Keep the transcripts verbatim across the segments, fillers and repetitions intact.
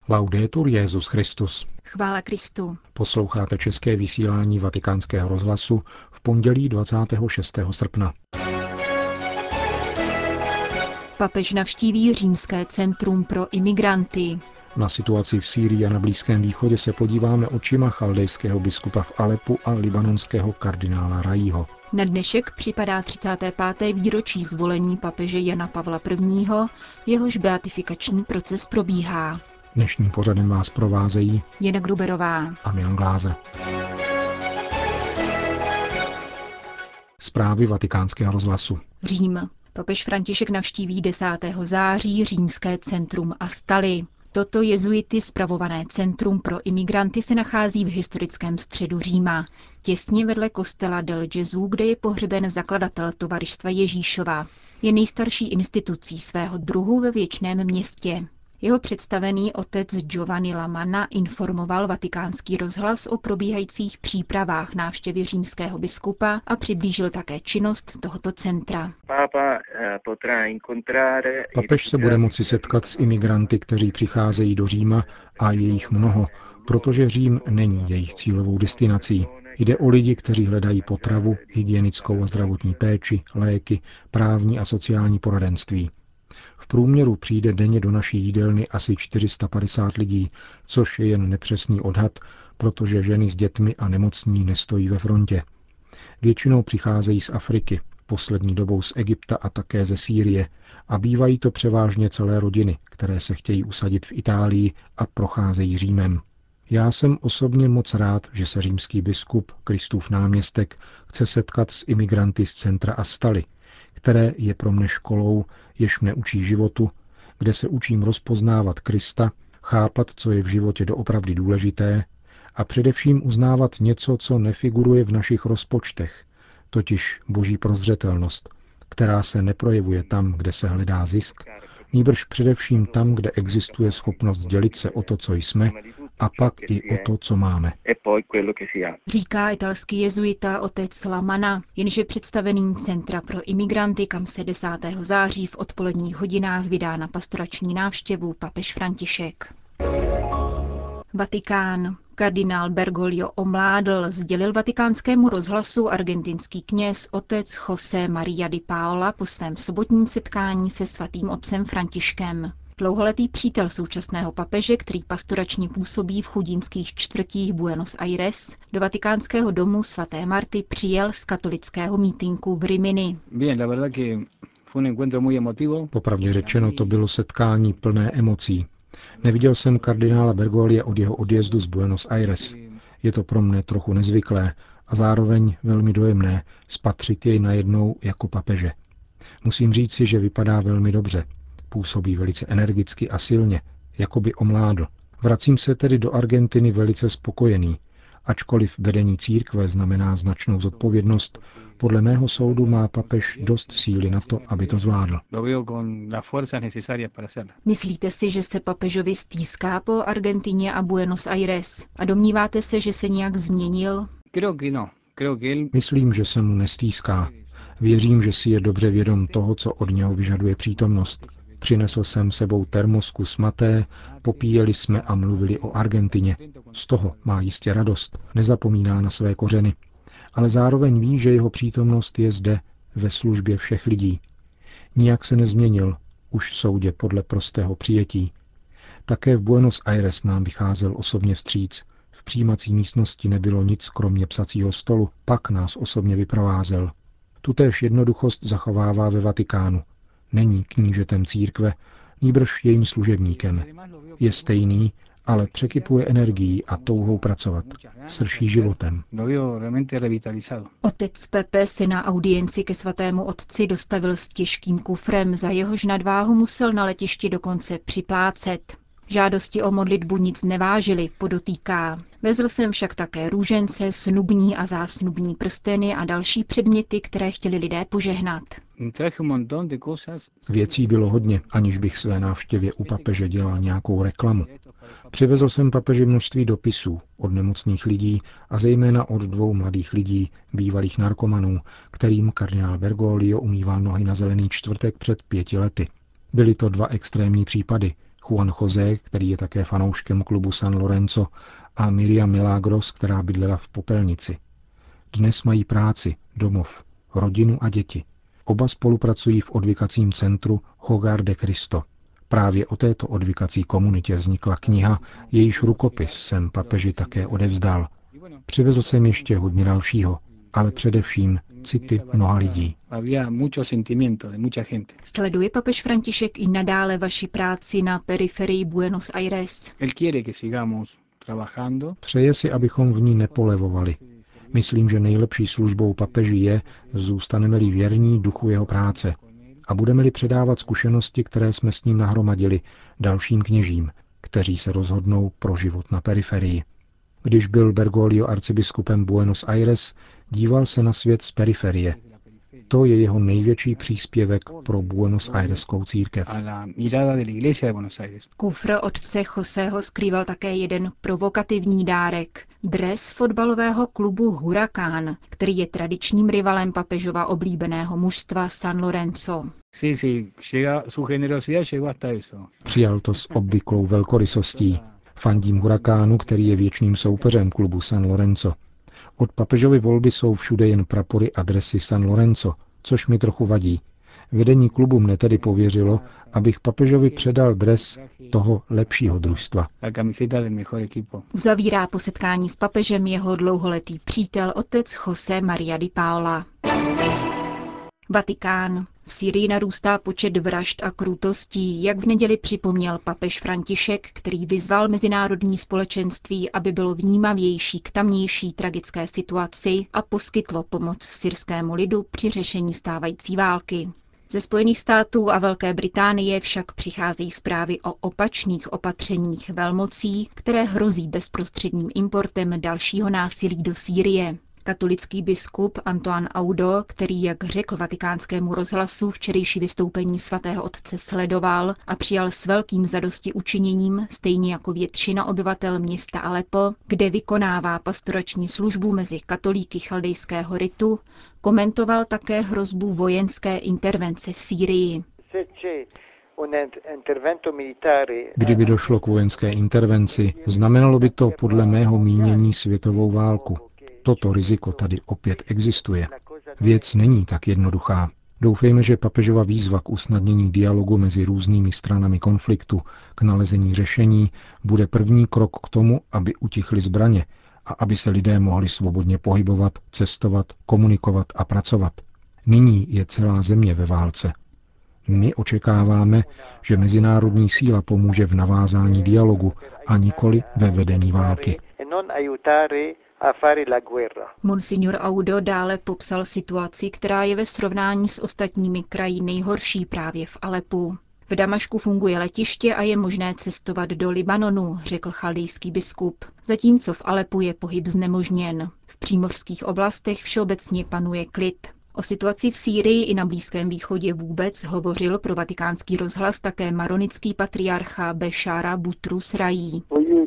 Laudetur Jesus Christus. Chvála Kristu. Posloucháte české vysílání Vatikánského rozhlasu v pondělí dvacátého šestého srpna. Papež navštíví Římské centrum pro imigranty. Na situaci v Sýrii a na Blízkém východě se podíváme očima chaldejského biskupa v Alepu a libanonského kardinála Rajího. Na dnešek připadá třicáté páté výročí zvolení papeže Jana Pavla prvního., jehož beatifikační proces probíhá. Dnešním pořadem vás provázejí Jana Gruberová a Milan Glázer. Zprávy Vatikánského rozhlasu. Řím. Papež František navštíví desátého září Římské centrum Astaly. Toto jezuity spravované centrum pro imigranty se nachází v historickém středu Říma, těsně vedle kostela del Gesù, kde je pohřeben zakladatel Tovaristva Ježíšova. Je nejstarší institucí svého druhu ve věčném městě. Jeho představený otec Giovanni Lamanna informoval Vatikánský rozhlas o probíhajících přípravách návštěvy římského biskupa a přiblížil také činnost tohoto centra. Papež se bude moci setkat s imigranty, kteří přicházejí do Říma, a je jich mnoho, protože Řím není jejich cílovou destinací. Jde o lidi, kteří hledají potravu, hygienickou a zdravotní péči, léky, právní a sociální poradenství. V průměru přijde denně do naší jídelny asi čtyři sta padesát lidí, což je jen nepřesný odhad, protože ženy s dětmi a nemocní nestojí ve frontě. Většinou přicházejí z Afriky, poslední dobou z Egypta a také ze Sýrie, a bývají to převážně celé rodiny, které se chtějí usadit v Itálii a procházejí Římem. Já jsem osobně moc rád, že se římský biskup, Kristův náměstek, chce setkat s imigranty z centra Astaly, které je pro mne školou, jež mne učí životu, kde se učím rozpoznávat Krista, chápat, co je v životě doopravdy důležité, a především uznávat něco, co nefiguruje v našich rozpočtech, totiž boží prozřetelnost, která se neprojevuje tam, kde se hledá zisk, nýbrž především tam, kde existuje schopnost dělit se o to, co jsme, a pak i o to, co máme. Říká italský jezuita otec Lamanna, jenže představeným centra pro imigranty, kam se desátého září v odpoledních hodinách vydá na pastorační návštěvu papež František. Vatikán. Kardinál Bergoglio omládl, sdělil Vatikánskému rozhlasu argentinský kněz otec José María di Paola po svém sobotním setkání se svatým otcem Františkem. Dlouholetý přítel současného papeže, který pastoračně působí v chudinských čtvrtích Buenos Aires, do vatikánského domu svaté Marty přijel z katolického mítinku v Rimini. Popravdě řečeno, to bylo setkání plné emocí. Neviděl jsem kardinála Bergoglia od jeho odjezdu z Buenos Aires. Je to pro mne trochu nezvyklé a zároveň velmi dojemné spatřit jej najednou jako papeže. Musím říci, že vypadá velmi dobře. Působí velice energicky a silně, jako by omládl. Vracím se tedy do Argentiny velice spokojený. Ačkoliv vedení církve znamená značnou zodpovědnost, podle mého soudu má papež dost síly na to, aby to zvládl. Myslíte si, že se papežovi stýská po Argentině a Buenos Aires? A domníváte se, že se nějak změnil? Myslím, že se mu nestýská. Věřím, že si je dobře vědom toho, co od něho vyžaduje přítomnost. Přinesl jsem sebou termosku s maté, popíjeli jsme a mluvili o Argentině. Z toho má jistě radost, nezapomíná na své kořeny. Ale zároveň ví, že jeho přítomnost je zde, ve službě všech lidí. Nijak se nezměnil, už soudě podle prostého přijetí. Také v Buenos Aires nám vycházel osobně vstříc. V přijímací místnosti nebylo nic kromě psacího stolu, pak nás osobně vyprovázel. Tutéž jednoduchost zachovává ve Vatikánu. Není knížetem církve, nýbrž jejím služebníkem. Je stejný, ale překypuje energií a touhou pracovat. Srší životem. Otec Pepe se na audienci ke svatému otci dostavil s těžkým kufrem, za jehož nadváhu musel na letišti dokonce připlácet. Žádosti o modlitbu nic nevážily, podotýká. Vezl jsem však také růžence, snubní a zásnubní prsteny a další předměty, které chtěli lidé požehnat. Věcí bylo hodně, aniž bych své návštěvě u papeže dělal nějakou reklamu. Přivezl jsem papeži množství dopisů od nemocných lidí a zejména od dvou mladých lidí, bývalých narkomanů, kterým kardinál Bergoglio umýval nohy na Zelený čtvrtek před pěti lety. Byly to dva extrémní případy. Juan José, který je také fanouškem klubu San Lorenzo, a Miriam Milagros, která bydlela v Popelnici. Dnes mají práci, domov, rodinu a děti. Oba spolupracují v odvykacím centru Hogar de Cristo. Právě o této odvykací komunitě vznikla kniha, jejíž rukopis jsem papeži také odevzdal. Přivezl jsem ještě hodně dalšího, ale především city mnoha lidí. Sleduje papež František i nadále vaši práci na periferii Buenos Aires. Přeje si, abychom v ní nepolevovali. Myslím, že nejlepší službou papeži je, zůstaneme-li věrní duchu jeho práce a budeme-li předávat zkušenosti, které jsme s ním nahromadili, dalším kněžím, kteří se rozhodnou pro život na periferii. Když byl Bergoglio arcibiskupem Buenos Aires, díval se na svět z periferie. To je jeho největší příspěvek pro Buenos Aireskou církev. Kufr otce Joseho skrýval také jeden provokativní dárek. Dres fotbalového klubu Huracán, který je tradičním rivalem papežova oblíbeného mužstva San Lorenzo. Přijal to s obvyklou velkorysostí. Fandím Hurakánu, který je věčným soupeřem klubu San Lorenzo. Od papežovy volby jsou všude jen prapory a dresy San Lorenzo, což mi trochu vadí. Vedení klubu mne tedy pověřilo, abych papežovi předal dres toho lepšího družstva. Uzavírá po setkání s papežem jeho dlouholetý přítel otec José María Di Paola. Vatikán. V Sýrii narůstá počet vražd a krutostí, jak v neděli připomněl papež František, který vyzval mezinárodní společenství, aby bylo vnímavější k tamnější tragické situaci a poskytlo pomoc syrskému lidu při řešení stávající války. Ze Spojených států a Velké Británie však přicházejí zprávy o opačných opatřeních velmocí, které hrozí bezprostředním importem dalšího násilí do Sýrie. Katolický biskup Antoine Audo, který, jak řekl Vatikánskému rozhlasu, včerejší vystoupení svatého otce sledoval a přijal s velkým zadosti učiněním, stejně jako většina obyvatel města Aleppo, kde vykonává pastorační službu mezi katolíky chaldejského ritu, komentoval také hrozbu vojenské intervence v Sýrii. Kdyby došlo k vojenské intervenci, znamenalo by to podle mého mínění světovou válku. Toto riziko tady opět existuje. Věc není tak jednoduchá. Doufejme, že papežova výzva k usnadnění dialogu mezi různými stranami konfliktu, k nalezení řešení, bude první krok k tomu, aby utichly zbraně a aby se lidé mohli svobodně pohybovat, cestovat, komunikovat a pracovat. Nyní je celá země ve válce. My očekáváme, že mezinárodní síla pomůže v navázání dialogu a nikoli ve vedení války. Monsignor Audo dále popsal situaci, která je ve srovnání s ostatními kraji nejhorší právě v Aleppu. V Damašku funguje letiště a je možné cestovat do Libanonu, řekl chaldejský biskup, zatímco v Aleppu je pohyb znemožněn. V přímořských oblastech všeobecně panuje klid. O situaci v Sýrii i na Blízkém východě vůbec hovořil pro Vatikánský rozhlas také maronický patriarcha Bešára Butrus Rají.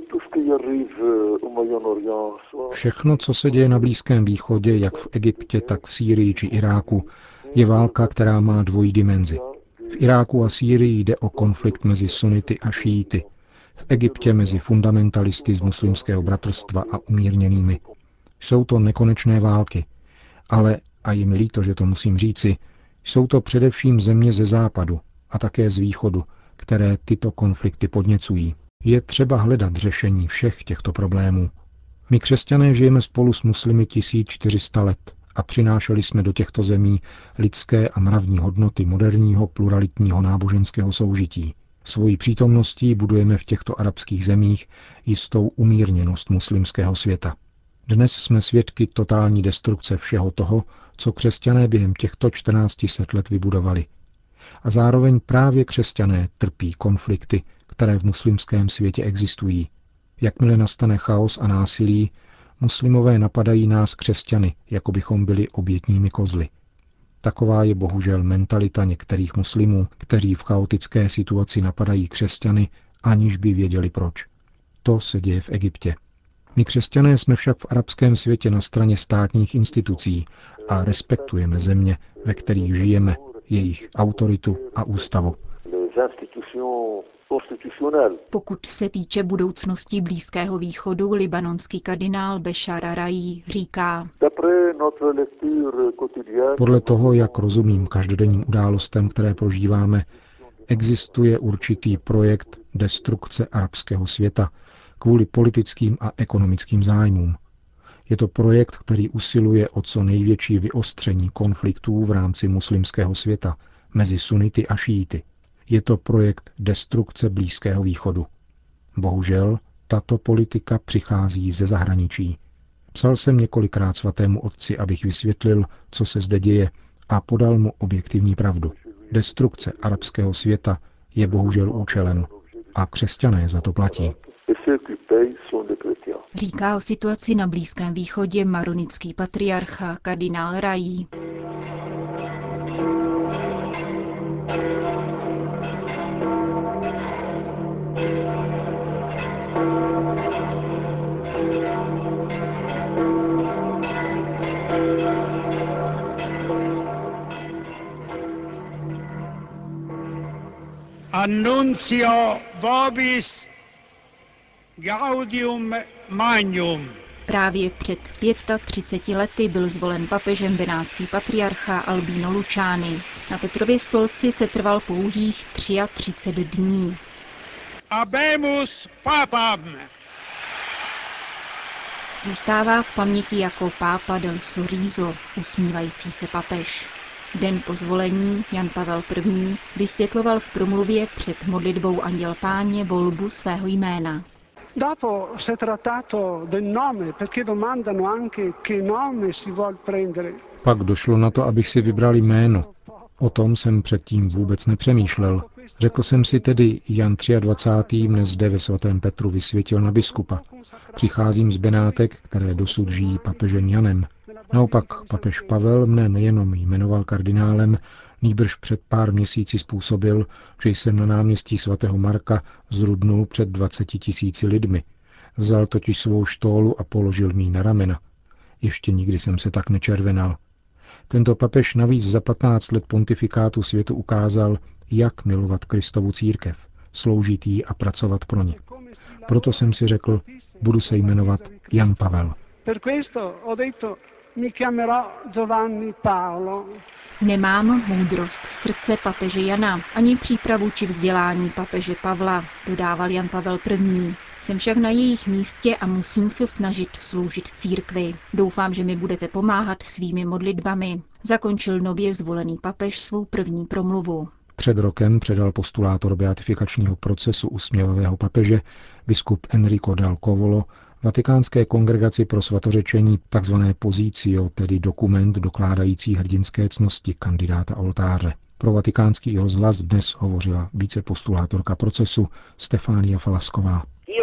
Všechno, co se děje na Blízkém východě, jak v Egyptě, tak v Sýrii či Iráku, je válka, která má dvojí dimenzi. V Iráku a Sýrii jde o konflikt mezi sunity a šíity. V Egyptě mezi fundamentalisty z muslimského bratrstva a umírněnými. Jsou to nekonečné války. Ale, a je mi líto, že to musím říci, jsou to především země ze západu a také z východu, které tyto konflikty podněcují. Je třeba hledat řešení všech těchto problémů. My křesťané žijeme spolu s muslimy tisíc čtyři sta let a přinášeli jsme do těchto zemí lidské a mravní hodnoty moderního pluralitního náboženského soužití. Svojí přítomností budujeme v těchto arabských zemích jistou umírněnost muslimského světa. Dnes jsme svědky totální destrukce všeho toho, co křesťané během těchto čtrnácti set let vybudovali. A zároveň právě křesťané trpí konflikty, které v muslimském světě existují. Jakmile nastane chaos a násilí, muslimové napadají nás křesťany, jako bychom byli obětními kozly. Taková je bohužel mentalita některých muslimů, kteří v chaotické situaci napadají křesťany, aniž by věděli proč. To se děje v Egyptě. My křesťané jsme však v arabském světě na straně státních institucí a respektujeme země, ve kterých žijeme, jejich autoritu a ústavu. Pokud se týče budoucnosti Blízkého východu, libanonský kardinál Bešar Rají říká: Podle toho, jak rozumím každodenním událostem, které prožíváme, existuje určitý projekt destrukce arabského světa kvůli politickým a ekonomickým zájmům. Je to projekt, který usiluje o co největší vyostření konfliktů v rámci muslimského světa mezi sunity a šíity. Je to projekt destrukce Blízkého východu. Bohužel, tato politika přichází ze zahraničí. Psal jsem několikrát svatému otci, abych vysvětlil, co se zde děje, a podal mu objektivní pravdu. Destrukce arabského světa je bohužel účelem a křesťané za to platí. Říká o situaci na Blízkém východě maronický patriarcha kardinál Rají. Annuncio vobis gaudium magnum. Právě před třiceti pěti lety byl zvolen papežem benátský patriarcha Albino Luciani. Na Petrově stolci se trval pouhých třicet tři dní. Habemus papam. Zůstává v paměti jako Papa del Sorriso, usmívající se papež. Den po zvolení Jan Pavel I. vysvětloval v promluvě před modlitbou Anděl Páně volbu svého jména. Dopo si è trattato del nome, perché domandano anche che nome si vuol prendere. Pak došlo na to, abych si vybral jméno. O tom jsem předtím vůbec nepřemýšlel. Řekl jsem si tedy, Jan dvacátý třetí mne zde ve svatém Petru vysvětil na biskupa. Přicházím z Benátek, které dosud žijí papežem Janem. Naopak papež Pavel mne nejenom jmenoval kardinálem, nýbrž před pár měsíci způsobil, že jsem na náměstí svatého Marka zrudnul před dvaceti tisíci lidmi. Vzal totiž svou štólu a položil mi na ramena. Ještě nikdy jsem se tak nečervenal. Tento papež navíc za patnáct let pontifikátu světu ukázal, jak milovat Kristovu církev, sloužit jí a pracovat pro ně. Proto jsem si řekl, budu se jmenovat Jan Pavel. Nemám moudrost srdce papeže Jana, ani přípravu či vzdělání papeže Pavla, dodával Jan Pavel I. Jsem však na jejich místě a musím se snažit sloužit církvi. Doufám, že mi budete pomáhat svými modlitbami. Zakončil nově zvolený papež svou první promluvu. Před rokem předal postulátor beatifikačního procesu usměvavého papeže, biskup Enrico Dal Covolo, Vatikánské kongregaci pro svatořečení tzv. Pozicio, tedy dokument dokládající hrdinské ctnosti kandidáta oltáře. Pro vatikánský rozhlas dnes hovořila vicepostulátorka procesu Stefania Falasková.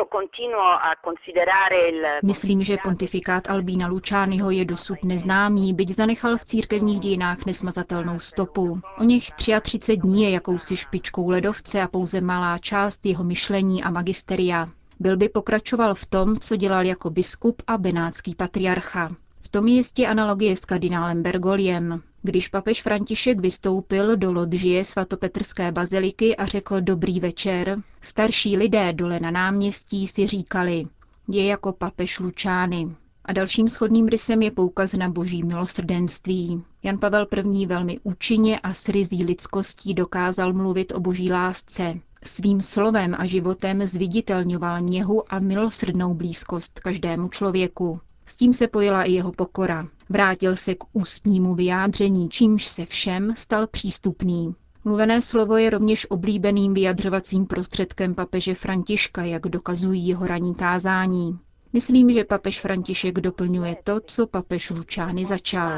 Myslím, že pontifikát Albína Lucianiho je dosud neznámý, byť zanechal v církevních dějinách nesmazatelnou stopu. O něch třicet tři dní je jakousi špičkou ledovce a pouze malá část jeho myšlení a magisteria. Byl by pokračoval v tom, co dělal jako biskup a benátský patriarcha. V tom je jistě analogie s kardinálem Bergoliem. Když papež František vystoupil do lodžie svatopetrské baziliky a řekl dobrý večer, starší lidé dole na náměstí si říkali, je jako papež Luciani. A dalším shodným rysem je poukaz na boží milosrdenství. Jan Pavel I. velmi účinně a s ryzí lidskostí dokázal mluvit o boží lásce. Svým slovem a životem zviditelňoval něhu a milosrdnou blízkost každému člověku. S tím se pojila i jeho pokora. Vrátil se k ústnímu vyjádření, čímž se všem stal přístupný. Mluvené slovo je rovněž oblíbeným vyjadřovacím prostředkem papeže Františka, jak dokazují jeho ranní kázání. Myslím, že papež František doplňuje to, co papež Luciani začal.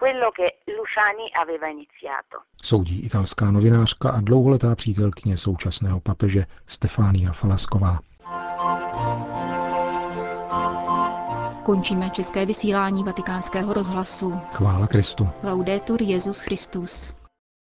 Soudí italská novinářka a dlouholetá přítelkyně současného papeže Stefania Falasková. Končíme české vysílání Vatikánského rozhlasu. Chvála Kristu. Laudetur Jesus Christus.